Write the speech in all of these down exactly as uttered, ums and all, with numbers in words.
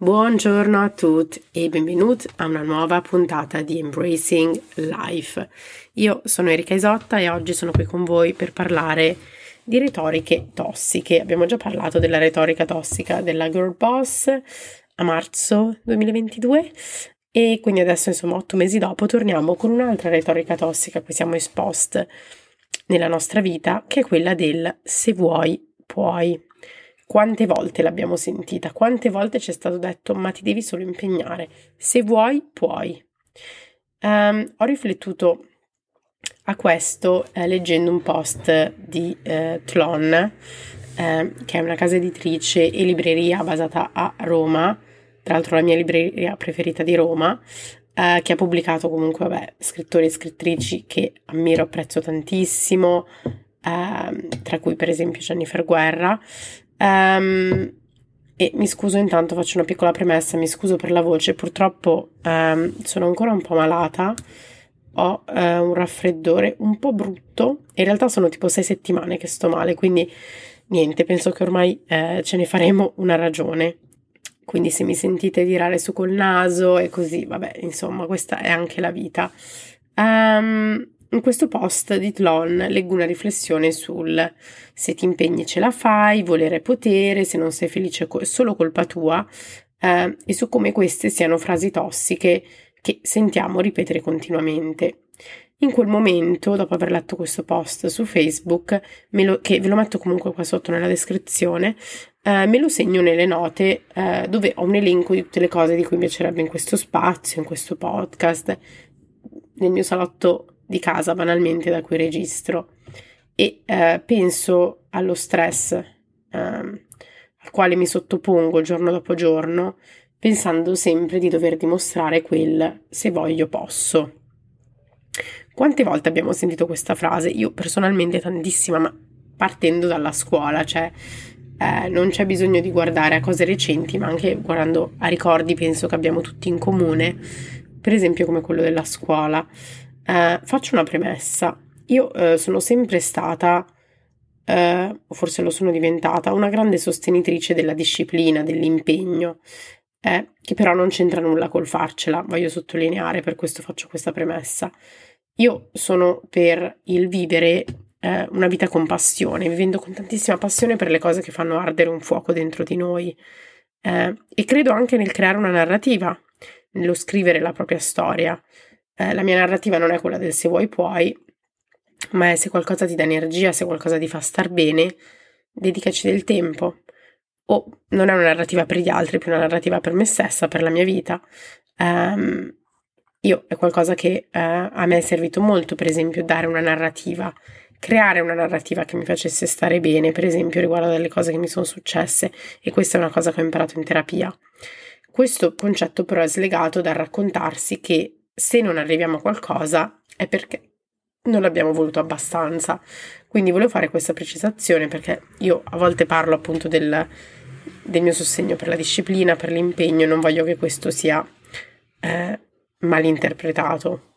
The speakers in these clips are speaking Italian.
Buongiorno a tutti e benvenuti a una nuova puntata di Embracing Life. Io sono Erika Isotta e oggi sono qui con voi per parlare di retoriche tossiche. Abbiamo già parlato della retorica tossica della Girl Boss a marzo duemilaventidue e quindi adesso, insomma, otto mesi dopo torniamo con un'altra retorica tossica a cui siamo esposti nella nostra vita, che è quella del se vuoi, puoi. Quante volte l'abbiamo sentita? Quante volte ci è stato detto ma ti devi solo impegnare? Se vuoi, puoi. Um, ho riflettuto a questo eh, leggendo un post di eh, Tlon, eh, che è una casa editrice e libreria basata a Roma, tra l'altro la mia libreria preferita di Roma, eh, che ha pubblicato comunque vabbè, scrittori e scrittrici che ammiro, apprezzo tantissimo, eh, tra cui per esempio Jennifer Guerra. Um, e mi scuso, intanto faccio una piccola premessa, mi scuso per la voce, purtroppo um, sono ancora un po' malata, ho uh, un raffreddore un po' brutto, in realtà sono tipo sei settimane che sto male, quindi niente, penso che ormai eh, ce ne faremo una ragione, quindi se mi sentite tirare su col naso e così, vabbè, insomma, questa è anche la vita. Um, In questo post di Tlon leggo una riflessione sul se ti impegni ce la fai, volere è potere, se non sei felice è solo colpa tua, eh, e su come queste siano frasi tossiche che sentiamo ripetere continuamente. In quel momento, dopo aver letto questo post su Facebook, me lo, che ve lo metto comunque qua sotto nella descrizione, eh, me lo segno nelle note eh, dove ho un elenco di tutte le cose di cui mi piacerebbe in questo spazio, in questo podcast, nel mio salotto di casa banalmente da cui registro, e eh, penso allo stress eh, al quale mi sottopongo giorno dopo giorno, pensando sempre di dover dimostrare quel se voglio posso. Quante volte abbiamo sentito questa frase? Io personalmente tantissima, ma partendo dalla scuola, cioè eh, non c'è bisogno di guardare a cose recenti, ma anche guardando a ricordi penso che abbiamo tutti in comune, per esempio come quello della scuola. Uh, faccio una premessa. Io uh, sono sempre stata, uh, o forse lo sono diventata, una grande sostenitrice della disciplina, dell'impegno, eh, che però non c'entra nulla col farcela, voglio sottolineare, per questo faccio questa premessa. Io sono per il vivere eh, una vita con passione, vivendo con tantissima passione per le cose che fanno ardere un fuoco dentro di noi, eh, e credo anche nel creare una narrativa, nello scrivere la propria storia. Eh, la mia narrativa non è quella del se vuoi puoi, ma è se qualcosa ti dà energia, se qualcosa ti fa star bene, dedicaci del tempo. O non è una narrativa per gli altri, è più una narrativa per me stessa, per la mia vita. Um, io è qualcosa che uh, a me è servito molto, per esempio, dare una narrativa, creare una narrativa che mi facesse stare bene, per esempio riguardo delle cose che mi sono successe, e questa è una cosa che ho imparato in terapia. Questo concetto però è slegato dal raccontarsi che se non arriviamo a qualcosa è perché non abbiamo voluto abbastanza. Quindi volevo fare questa precisazione perché io a volte parlo appunto del, del mio sostegno per la disciplina, per l'impegno, e non voglio che questo sia eh, malinterpretato.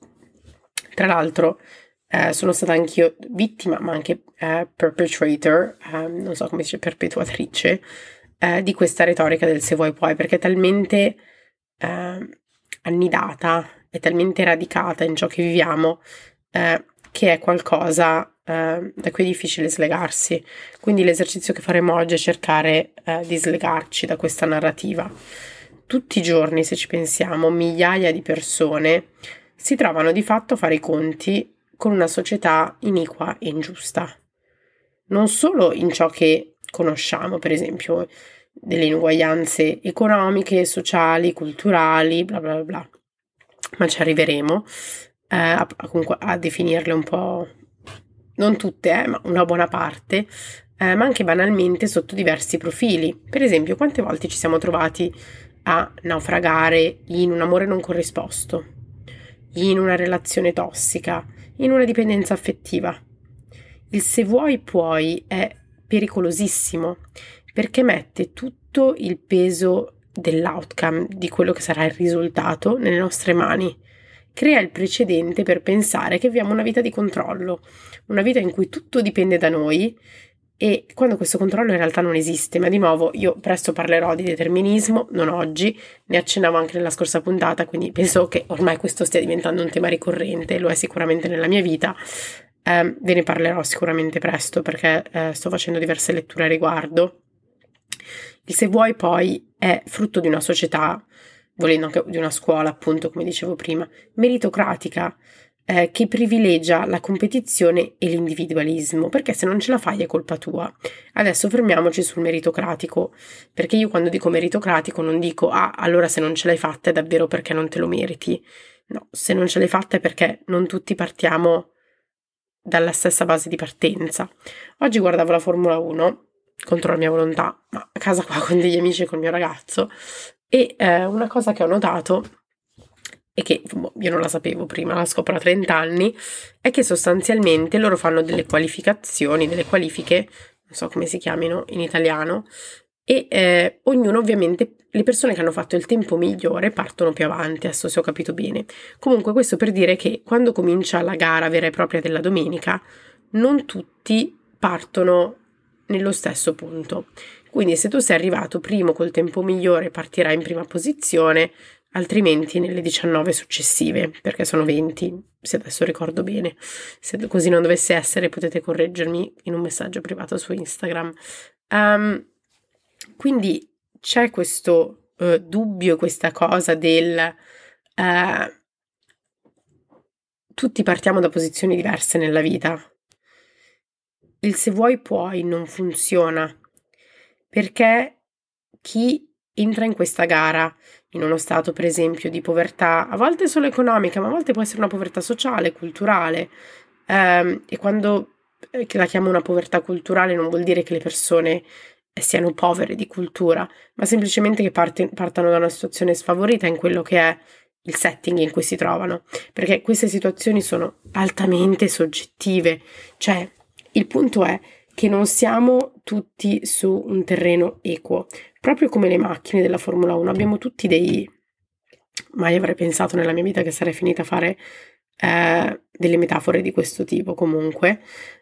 Tra l'altro eh, sono stata anch'io vittima, ma anche eh, perpetrator, eh, non so come si dice, perpetuatrice, eh, di questa retorica del se vuoi puoi, perché è talmente eh, annidata, è talmente radicata in ciò che viviamo, eh, che è qualcosa eh, da cui è difficile slegarsi. Quindi l'esercizio che faremo oggi è cercare eh, di slegarci da questa narrativa. Tutti i giorni, se ci pensiamo, migliaia di persone si trovano di fatto a fare i conti con una società iniqua e ingiusta. Non solo in ciò che conosciamo, per esempio delle inuguaglianze economiche, sociali, culturali, bla bla bla, ma ci arriveremo eh, a, a, a definirle un po', non tutte, eh, ma una buona parte, eh, ma anche banalmente sotto diversi profili. Per esempio, quante volte ci siamo trovati a naufragare in un amore non corrisposto, in una relazione tossica, in una dipendenza affettiva. Il se vuoi puoi è pericolosissimo, perché mette tutto il peso dell'outcome, di quello che sarà il risultato, nelle nostre mani. Crea il precedente per pensare che viviamo una vita di controllo, una vita in cui tutto dipende da noi, e quando questo controllo in realtà non esiste. Ma di nuovo io presto parlerò di determinismo, non oggi, ne accennavo anche nella scorsa puntata, quindi penso che ormai questo stia diventando un tema ricorrente, lo è sicuramente nella mia vita. Eh, ve ne parlerò sicuramente presto perché eh, sto facendo diverse letture a riguardo. Il se vuoi poi è frutto di una società, volendo anche di una scuola, appunto, come dicevo prima, meritocratica, eh, che privilegia la competizione e l'individualismo, perché se non ce la fai è colpa tua. Adesso fermiamoci sul meritocratico, perché io quando dico meritocratico non dico ah, allora se non ce l'hai fatta è davvero perché non te lo meriti. No, se non ce l'hai fatta è perché non tutti partiamo dalla stessa base di partenza. Oggi guardavo la Formula uno contro la mia volontà, ma a casa qua con degli amici e col mio ragazzo, e eh, una cosa che ho notato e che boh, io non la sapevo prima, la scopro a trenta anni, è che sostanzialmente loro fanno delle qualificazioni, delle qualifiche, non so come si chiamino in italiano, e eh, ognuno ovviamente, le persone che hanno fatto il tempo migliore partono più avanti, adesso se ho capito bene. Comunque questo per dire che quando comincia la gara vera e propria della domenica, non tutti partono nello stesso punto. Quindi se tu sei arrivato primo col tempo migliore partirai in prima posizione, altrimenti nelle diciannove successive, perché sono venti, se adesso ricordo bene. Se così non dovesse essere potete correggermi in un messaggio privato su Instagram. Um, quindi c'è questo uh, dubbio, questa cosa del uh, tutti partiamo da posizioni diverse nella vita. Il se vuoi puoi non funziona, perché chi entra in questa gara in uno stato per esempio di povertà, a volte solo economica, ma a volte può essere una povertà sociale, culturale, ehm, e quando eh, la chiamo una povertà culturale non vuol dire che le persone siano povere di cultura, ma semplicemente che parte, partano da una situazione sfavorita in quello che è il setting in cui si trovano, perché queste situazioni sono altamente soggettive, cioè il punto è che non siamo tutti su un terreno equo, proprio come le macchine della Formula uno, abbiamo tutti dei... Mai avrei pensato nella mia vita che sarei finita a fare eh, delle metafore di questo tipo, comunque.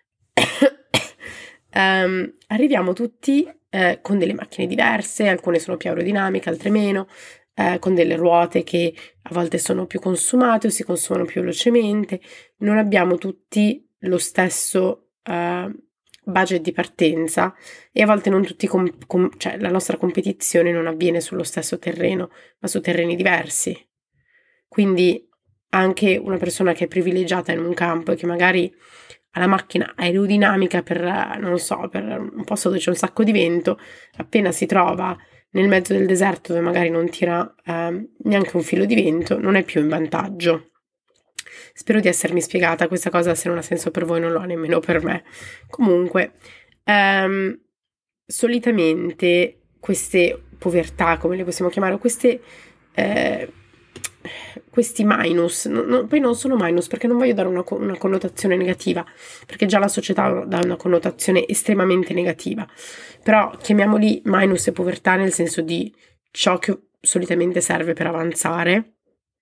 um, arriviamo tutti eh, con delle macchine diverse, alcune sono più aerodinamiche, altre meno, eh, con delle ruote che a volte sono più consumate o si consumano più velocemente, non abbiamo tutti lo stesso... Uh, budget di partenza e a volte non tutti com- com- cioè la nostra competizione non avviene sullo stesso terreno ma su terreni diversi, quindi anche una persona che è privilegiata in un campo e che magari ha la macchina aerodinamica per non so per un posto dove c'è un sacco di vento, appena si trova nel mezzo del deserto dove magari non tira eh, neanche un filo di vento, non è più in vantaggio. Spero di essermi spiegata, questa cosa se non ha senso per voi non lo ha nemmeno per me. Comunque, ehm, solitamente queste povertà, come le possiamo chiamare, o queste, eh, questi minus, no, no, poi non sono minus perché non voglio dare una, una connotazione negativa, perché già la società dà una connotazione estremamente negativa, però chiamiamoli minus e povertà nel senso di ciò che solitamente serve per avanzare.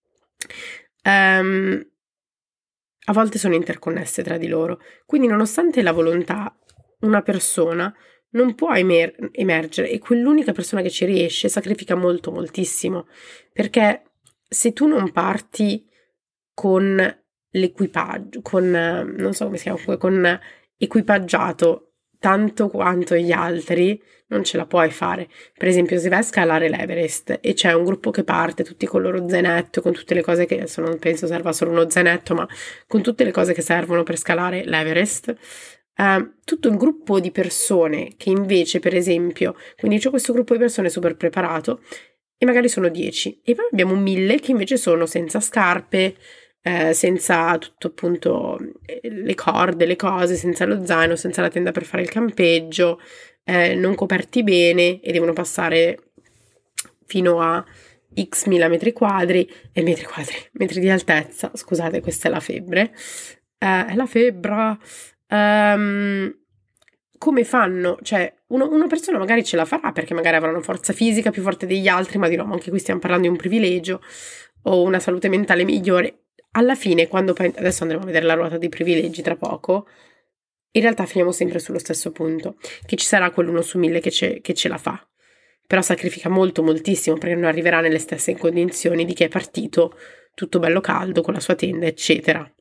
Um, a volte sono interconnesse tra di loro, quindi nonostante la volontà, una persona non può emer- emergere e quell'unica persona che ci riesce sacrifica molto, moltissimo, perché se tu non parti con l'equipaggio, con, non so come si chiama, con equipaggiato tanto quanto gli altri, non ce la puoi fare. Per esempio, se vai a scalare l'Everest e c'è un gruppo che parte, tutti con il loro zainetto, con tutte le cose che, adesso non penso serva solo uno zainetto, ma con tutte le cose che servono per scalare l'Everest, eh, tutto il gruppo di persone che invece, per esempio, quindi c'è questo gruppo di persone super preparato e magari sono dieci, e poi abbiamo mille che invece sono senza scarpe, Eh, senza tutto appunto le corde, le cose, senza lo zaino, senza la tenda per fare il campeggio, eh, non coperti bene e devono passare fino a x mila metri quadri e metri quadri, metri di altezza, scusate, questa è la febbre, eh, è la febbra. Um, come fanno? Cioè, uno, una persona magari ce la farà perché magari avrà una forza fisica più forte degli altri, ma di no, ma anche qui stiamo parlando di un privilegio o una salute mentale migliore. Alla fine, quando poi, adesso andremo a vedere la ruota dei privilegi tra poco, in realtà finiamo sempre sullo stesso punto, che ci sarà quell'uno su mille che ce, che ce la fa, però sacrifica molto, moltissimo, perché non arriverà nelle stesse condizioni di chi è partito tutto bello caldo, con la sua tenda, eccetera.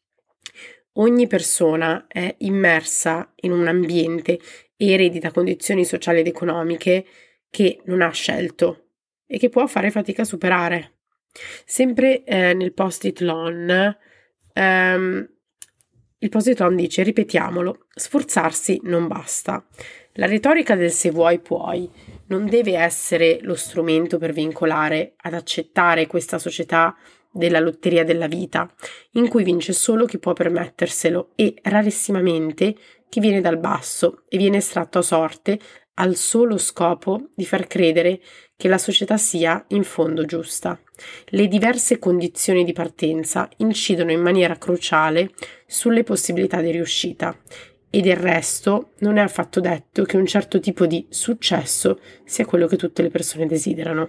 Ogni persona è immersa in un ambiente e eredita condizioni sociali ed economiche che non ha scelto e che può fare fatica a superare. Sempre eh, nel post-it Lon, ehm, il post-it Lon dice: ripetiamolo, sforzarsi non basta. La retorica del se vuoi puoi non deve essere lo strumento per vincolare ad accettare questa società della lotteria della vita, in cui vince solo chi può permetterselo e rarissimamente chi viene dal basso e viene estratto a sorte al solo scopo di far credere che la società sia in fondo giusta. Le diverse condizioni di partenza incidono in maniera cruciale sulle possibilità di riuscita e del resto non è affatto detto che un certo tipo di successo sia quello che tutte le persone desiderano.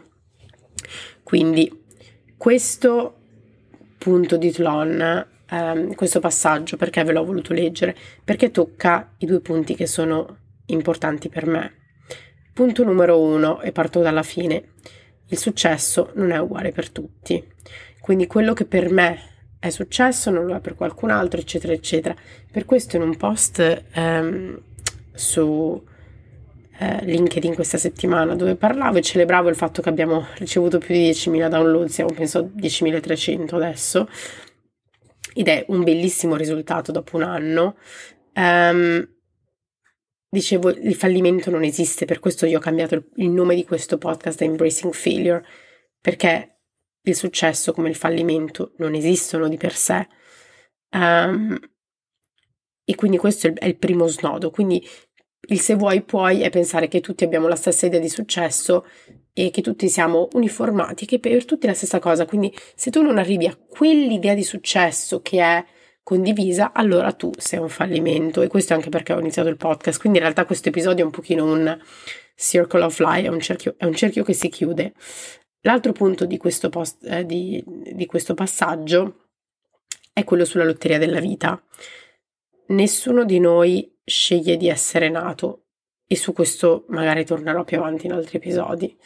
Quindi questo punto di Tlon, ehm, questo passaggio, perché ve l'ho voluto leggere? Perché tocca i due punti che sono importanti per me. Punto numero uno, e parto dalla fine: il successo non è uguale per tutti. Quindi quello che per me è successo non lo è per qualcun altro, eccetera, eccetera. Per questo in un post ehm, su eh, LinkedIn questa settimana, dove parlavo e celebravo il fatto che abbiamo ricevuto più di diecimila download, siamo penso diecimilatrecento adesso, ed è un bellissimo risultato dopo un anno. Um, dicevo, il fallimento non esiste, per questo io ho cambiato il, il nome di questo podcast a Embracing Failure, perché il successo come il fallimento non esistono di per sé. Um, e quindi questo è il, è il primo snodo. Quindi il se vuoi puoi è pensare che tutti abbiamo la stessa idea di successo e che tutti siamo uniformati, che per tutti è la stessa cosa. Quindi se tu non arrivi a quell'idea di successo che è condivisa, allora tu sei un fallimento. E questo è anche perché ho iniziato il podcast. Quindi in realtà questo episodio è un pochino un circle of life, è un cerchio, è un cerchio che si chiude. L'altro punto di questo, post, eh, di, di questo passaggio è quello sulla lotteria della vita. Nessuno di noi sceglie di essere nato, e su questo magari tornerò più avanti in altri episodi.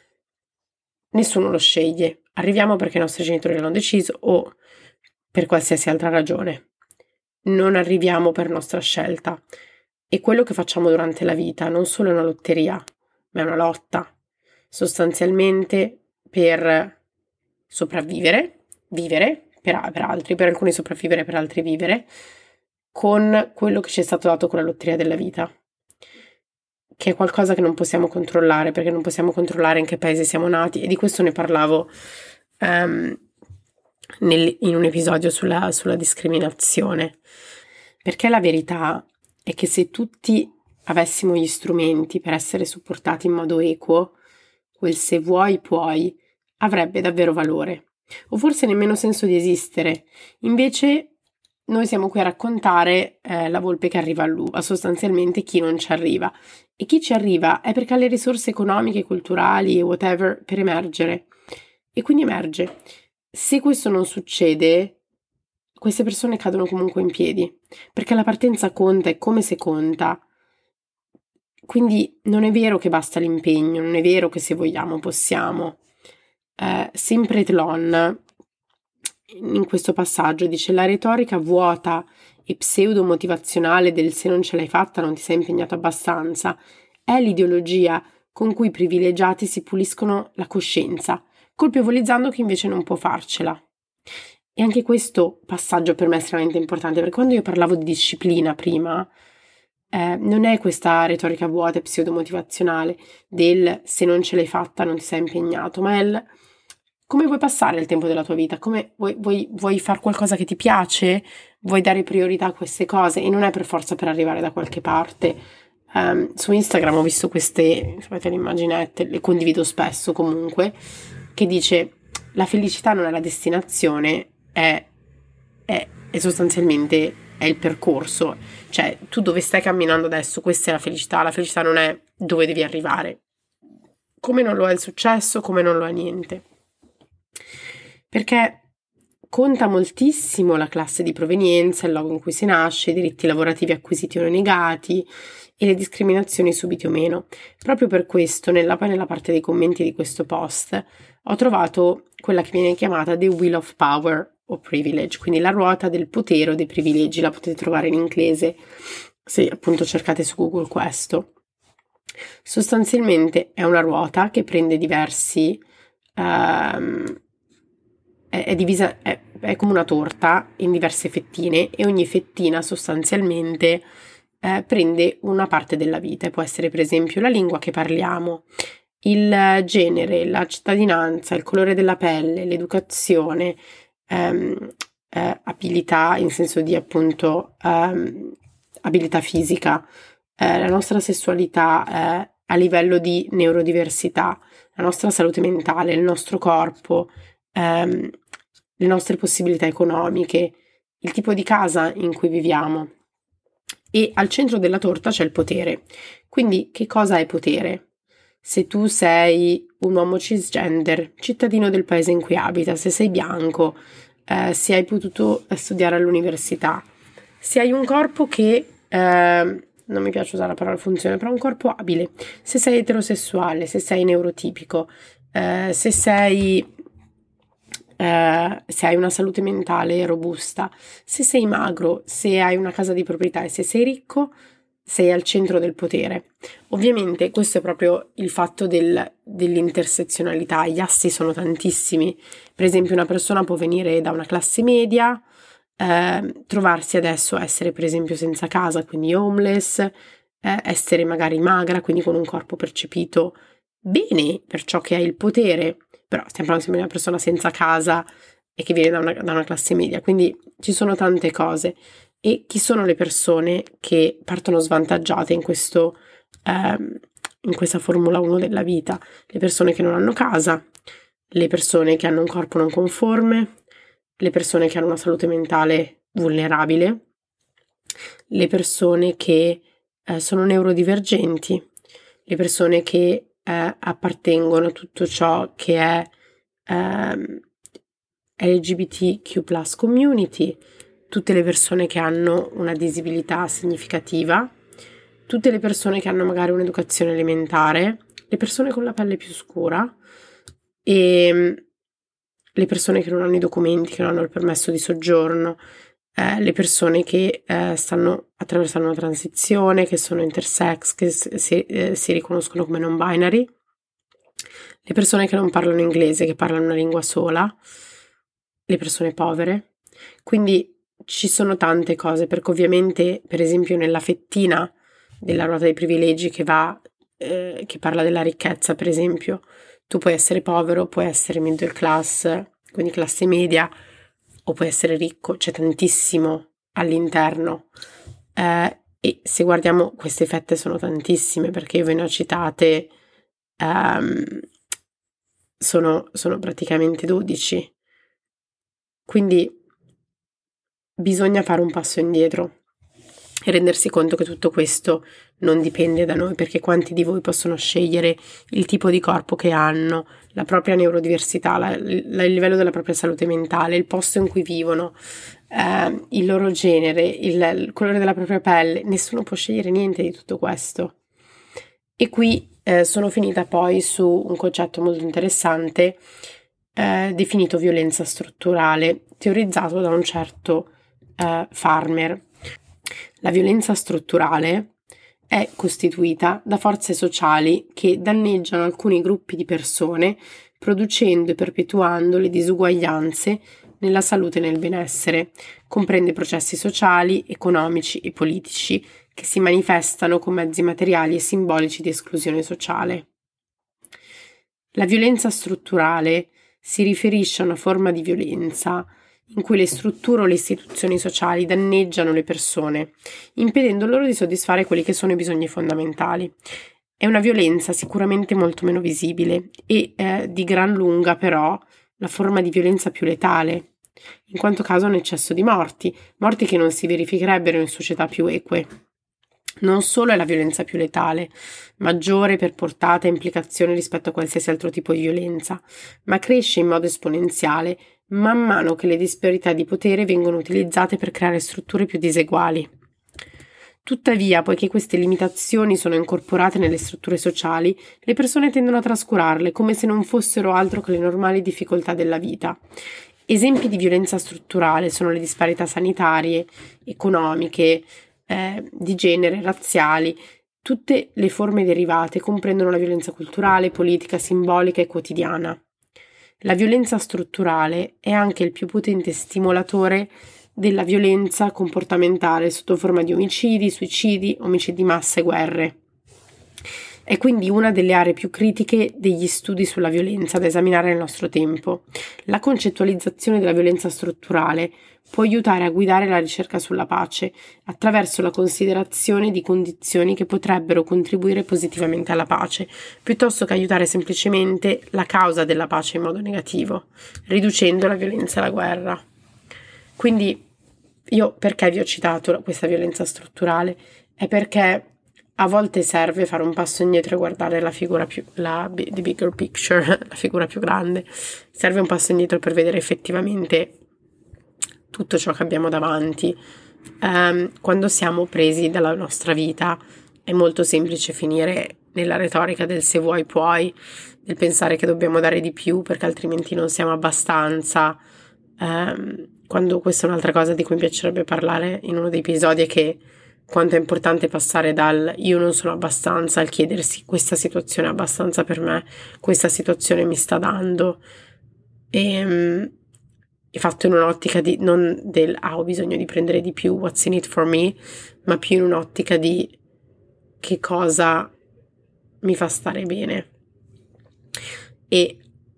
Nessuno lo sceglie. Arriviamo perché i nostri genitori l'hanno deciso o per qualsiasi altra ragione. Non arriviamo per nostra scelta. E quello che facciamo durante la vita non solo è una lotteria, ma è una lotta. Sostanzialmente per sopravvivere, vivere per, per altri, per alcuni sopravvivere, per altri vivere, con quello che ci è stato dato con la lotteria della vita, che è qualcosa che non possiamo controllare, perché non possiamo controllare in che paese siamo nati, e di questo ne parlavo um, nel, in un episodio sulla, sulla discriminazione, perché la verità è che se tutti avessimo gli strumenti per essere supportati in modo equo, quel se vuoi puoi avrebbe davvero valore, o forse nemmeno senso di esistere. Invece noi siamo qui a raccontare eh, la volpe che arriva all'uva, sostanzialmente chi non ci arriva. E chi ci arriva è perché ha le risorse economiche, culturali e whatever per emergere. E quindi emerge. Se questo non succede, queste persone cadono comunque in piedi, perché la partenza conta, è come se conta. Quindi non è vero che basta l'impegno, non è vero che se vogliamo possiamo. Eh, sempre Tlon in questo passaggio dice: la retorica vuota e pseudo-motivazionale del se non ce l'hai fatta non ti sei impegnato abbastanza è l'ideologia con cui i privilegiati si puliscono la coscienza, colpevolizzando chi invece non può farcela. E anche questo passaggio per me è estremamente importante, perché quando io parlavo di disciplina prima, eh, non è questa retorica vuota e pseudo-motivazionale del se non ce l'hai fatta non ti sei impegnato, ma è il come vuoi passare il tempo della tua vita, come vuoi, vuoi, vuoi fare qualcosa che ti piace, vuoi dare priorità a queste cose, e non è per forza per arrivare da qualche parte. Um, su Instagram ho visto queste, sapete, le immaginette, le condivido spesso comunque, che dice: la felicità non è la destinazione, è, è, è sostanzialmente è il percorso, cioè tu dove stai camminando adesso, questa è la felicità, la felicità non è dove devi arrivare, come non lo è il successo, come non lo è niente. Perché conta moltissimo la classe di provenienza, il luogo in cui si nasce, i diritti lavorativi acquisiti o negati e le discriminazioni subite o meno. Proprio per questo, nella, poi nella parte dei commenti di questo post, ho trovato quella che viene chiamata The Wheel of Power o Privilege, quindi la ruota del potere o dei privilegi, la potete trovare in inglese se appunto cercate su Google questo. Sostanzialmente è una ruota che prende diversi, um, è, è divisa, è, è come una torta in diverse fettine e ogni fettina sostanzialmente eh, prende una parte della vita. Può essere per esempio la lingua che parliamo, il genere, la cittadinanza, il colore della pelle, l'educazione, ehm, eh, abilità in senso di appunto ehm, abilità fisica, eh, la nostra sessualità eh, a livello di neurodiversità, la nostra salute mentale, il nostro corpo, ehm, le nostre possibilità economiche, il tipo di casa in cui viviamo. E al centro della torta c'è il potere. Quindi che cosa è potere? Se tu sei un uomo cisgender, cittadino del paese in cui abita, se sei bianco, eh, se hai potuto studiare all'università, se hai un corpo che, eh, non mi piace usare la parola funzione, però un corpo abile, se sei eterosessuale, se sei neurotipico, eh, se sei... Uh, se hai una salute mentale robusta, se sei magro, se hai una casa di proprietà e se sei ricco, sei al centro del potere. Ovviamente questo è proprio il fatto del, dell'intersezionalità, gli assi sono tantissimi. Per esempio una persona può venire da una classe media, eh, trovarsi adesso essere per esempio senza casa, quindi homeless, eh, essere magari magra, quindi con un corpo percepito bene per ciò che ha il potere, però stiamo parlando sempre di una persona senza casa e che viene da una, da una classe media, quindi ci sono tante cose. E chi sono le persone che partono svantaggiate in, questo, ehm, in questa Formula uno della vita? Le persone che non hanno casa, le persone che hanno un corpo non conforme, le persone che hanno una salute mentale vulnerabile, le persone che eh, sono neurodivergenti, le persone che Eh, appartengono a tutto ciò che è ehm, L G B T Q plus community, tutte le persone che hanno una disabilità significativa, tutte le persone che hanno magari un'educazione elementare, le persone con la pelle più scura e le persone che non hanno i documenti, che non hanno il permesso di soggiorno, eh, le persone che eh, stanno attraversando una transizione, che sono intersex, che si, eh, si riconoscono come non binary, le persone che non parlano inglese, che parlano una lingua sola, le persone povere. Quindi ci sono tante cose, perché ovviamente per esempio nella fettina della ruota dei privilegi che va, eh, che parla della ricchezza per esempio, tu puoi essere povero, puoi essere middle class, quindi classe media, o puoi essere ricco, c'è tantissimo all'interno. Eh, e se guardiamo queste fette sono tantissime, perché ve ne ho citate, um, sono, sono praticamente dodici. Quindi bisogna fare un passo indietro e rendersi conto che tutto questo non dipende da noi, perché quanti di voi possono scegliere il tipo di corpo che hanno, la propria neurodiversità, la, la, il livello della propria salute mentale, il posto in cui vivono, eh, il loro genere, il, il colore della propria pelle. Nessuno può scegliere niente di tutto questo. E qui eh, sono finita poi su un concetto molto interessante eh, definito violenza strutturale, teorizzato da un certo eh, Farmer. La violenza strutturale è costituita da forze sociali che danneggiano alcuni gruppi di persone, producendo e perpetuando le disuguaglianze nella salute e nel benessere. Comprende processi sociali, economici e politici che si manifestano con mezzi materiali e simbolici di esclusione sociale. La violenza strutturale si riferisce a una forma di violenza in cui le strutture o le istituzioni sociali danneggiano le persone, impedendo loro di soddisfare quelli che sono i bisogni fondamentali. È una violenza sicuramente molto meno visibile e eh, di gran lunga però la forma di violenza più letale, in quanto causa un eccesso di morti, morti che non si verificherebbero in società più eque. Non solo è la violenza più letale, maggiore per portata e implicazione rispetto a qualsiasi altro tipo di violenza, ma cresce in modo esponenziale man mano che le disparità di potere vengono utilizzate per creare strutture più diseguali. Tuttavia, poiché queste limitazioni sono incorporate nelle strutture sociali, le persone tendono a trascurarle come se non fossero altro che le normali difficoltà della vita. Esempi di violenza strutturale sono le disparità sanitarie, economiche, eh, di genere, razziali. Tutte le forme derivate comprendono la violenza culturale, politica, simbolica e quotidiana. La violenza strutturale è anche il più potente stimolatore della violenza comportamentale sotto forma di omicidi, suicidi, omicidi di massa e guerre. È quindi una delle aree più critiche degli studi sulla violenza da esaminare nel nostro tempo. La concettualizzazione della violenza strutturale può aiutare a guidare la ricerca sulla pace attraverso la considerazione di condizioni che potrebbero contribuire positivamente alla pace, piuttosto che aiutare semplicemente la causa della pace in modo negativo, riducendo la violenza e la guerra. Quindi io perché vi ho citato questa violenza strutturale? È perché a volte serve fare un passo indietro e guardare la figura più, la the bigger picture, la figura più grande. Serve un passo indietro per vedere effettivamente tutto ciò che abbiamo davanti. Um, quando siamo presi dalla nostra vita è molto semplice finire nella retorica del se vuoi puoi, del pensare che dobbiamo dare di più perché altrimenti non siamo abbastanza. Um, quando questa è un'altra cosa di cui mi piacerebbe parlare in uno dei episodi, è che quanto è importante passare dal io non sono abbastanza al chiedersi questa situazione è abbastanza per me, questa situazione mi sta dando, e um, è fatto in un'ottica di non del ah ho bisogno di prendere di più, what's in it for me, ma più in un'ottica di che cosa mi fa stare bene. E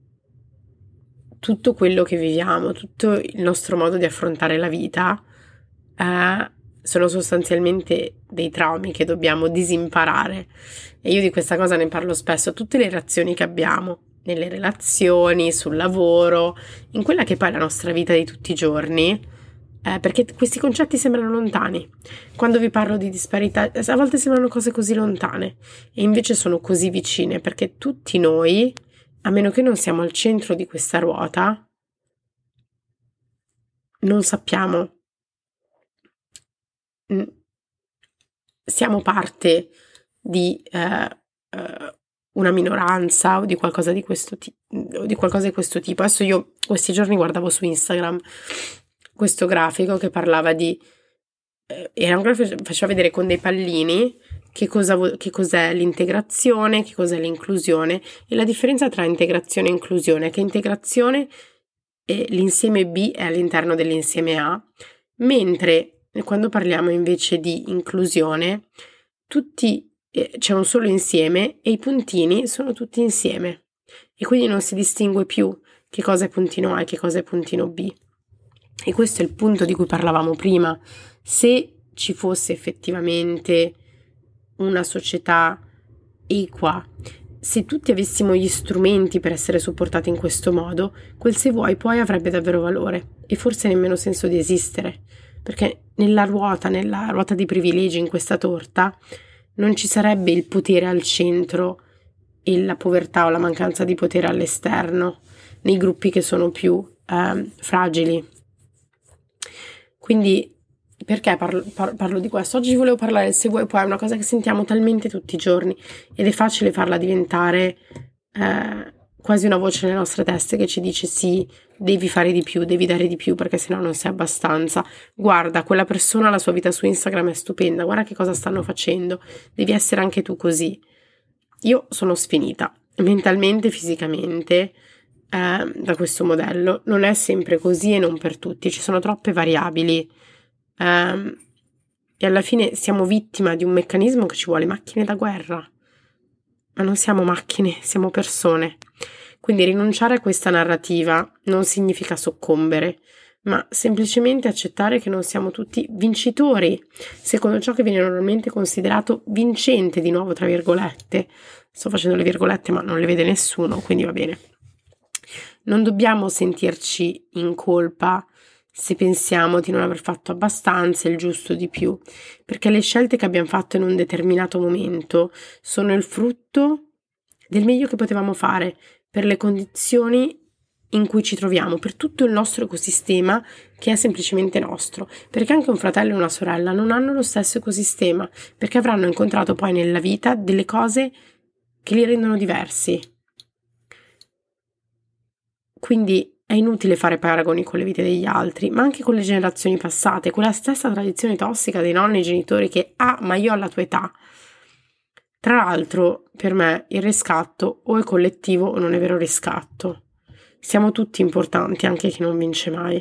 tutto quello che viviamo, tutto il nostro modo di affrontare la vita eh, sono sostanzialmente dei traumi che dobbiamo disimparare, e io di questa cosa ne parlo spesso. Tutte le reazioni che abbiamo nelle relazioni, sul lavoro, in quella che poi è la nostra vita di tutti i giorni, eh, perché questi concetti sembrano lontani. Quando vi parlo di disparità, a volte sembrano cose così lontane e invece sono così vicine, perché tutti noi, a meno che non siamo al centro di questa ruota, non sappiamo, siamo parte di eh, eh, una minoranza o di qualcosa di questo tipo, o di qualcosa di questo tipo. Adesso io questi giorni guardavo su Instagram questo grafico che parlava di eh, era un grafico che faceva vedere con dei pallini che cosa che cos'è l'integrazione, che cos'è l'inclusione, e la differenza tra integrazione e inclusione è che integrazione è l'insieme B è all'interno dell'insieme A, mentre quando parliamo invece di inclusione tutti eh, c'è un solo insieme e i puntini sono tutti insieme, e quindi non si distingue più che cosa è puntino A e che cosa è puntino B. E questo è il punto di cui parlavamo prima. Se ci fosse effettivamente una società equa, se tutti avessimo gli strumenti per essere supportati in questo modo, quel se vuoi poi avrebbe davvero valore e forse nemmeno senso di esistere, perché nella ruota, nella ruota di privilegi, in questa torta, non ci sarebbe il potere al centro e la povertà o la mancanza di potere all'esterno, nei gruppi che sono più eh, fragili. Quindi perché parlo, par- parlo di questo? Oggi volevo parlare del se vuoi puoi, è una cosa che sentiamo talmente tutti i giorni ed è facile farla diventare eh, quasi una voce nelle nostre teste che ci dice sì, devi fare di più, devi dare di più perché sennò non sei abbastanza. Guarda, quella persona, la sua vita su Instagram è stupenda, guarda che cosa stanno facendo, devi essere anche tu così. Io sono sfinita mentalmente, fisicamente eh, da questo modello. Non è sempre così e non per tutti, ci sono troppe variabili. Um, e alla fine siamo vittima di un meccanismo che ci vuole macchine da guerra, ma non siamo macchine, siamo persone. Quindi rinunciare a questa narrativa non significa soccombere, ma semplicemente accettare che non siamo tutti vincitori secondo ciò che viene normalmente considerato vincente, di nuovo tra virgolette. Sto facendo le virgolette ma non le vede nessuno, quindi va bene. Non dobbiamo sentirci in colpa se pensiamo di non aver fatto abbastanza, il giusto di più, perché le scelte che abbiamo fatto in un determinato momento sono il frutto del meglio che potevamo fare per le condizioni in cui ci troviamo, per tutto il nostro ecosistema che è semplicemente nostro, perché anche un fratello e una sorella non hanno lo stesso ecosistema, perché avranno incontrato poi nella vita delle cose che li rendono diversi. Quindi è inutile fare paragoni con le vite degli altri, ma anche con le generazioni passate, quella stessa tradizione tossica dei nonni e genitori che ah, ma io alla tua età. Tra l'altro, per me il riscatto o è collettivo o non è vero riscatto. Siamo tutti importanti, anche chi non vince mai.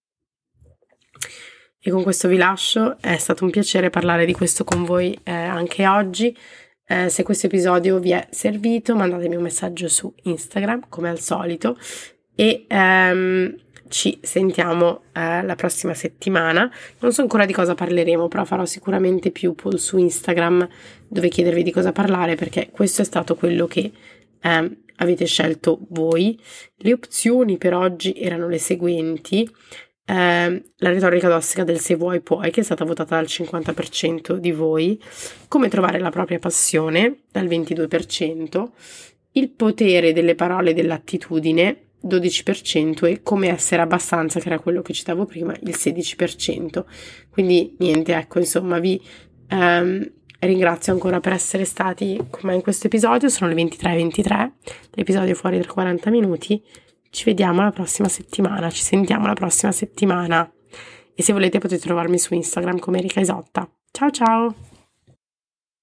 E con questo vi lascio, è stato un piacere parlare di questo con voi eh, anche oggi. Eh, se questo episodio vi è servito, mandatemi un messaggio su Instagram, come al solito, e ehm, ci sentiamo eh, la prossima settimana. Non so ancora di cosa parleremo, però farò sicuramente più poll su Instagram dove chiedervi di cosa parlare, perché questo è stato quello che eh, avete scelto voi. Le opzioni per oggi erano le seguenti: eh, la retorica tossica del se vuoi puoi, che è stata votata dal cinquanta per cento di voi, come trovare la propria passione dal ventidue per cento, il potere delle parole e dell'attitudine dodici per cento e come essere abbastanza, che era quello che citavo prima, il sedici per cento. Quindi niente, ecco, insomma vi ehm, ringrazio ancora per essere stati con me in questo episodio. Sono le ventitré e ventitré, l'episodio è fuori tra quaranta minuti. Ci vediamo la prossima settimana, ci sentiamo la prossima settimana, e se volete potete trovarmi su Instagram come Erika Isotta. Ciao ciao!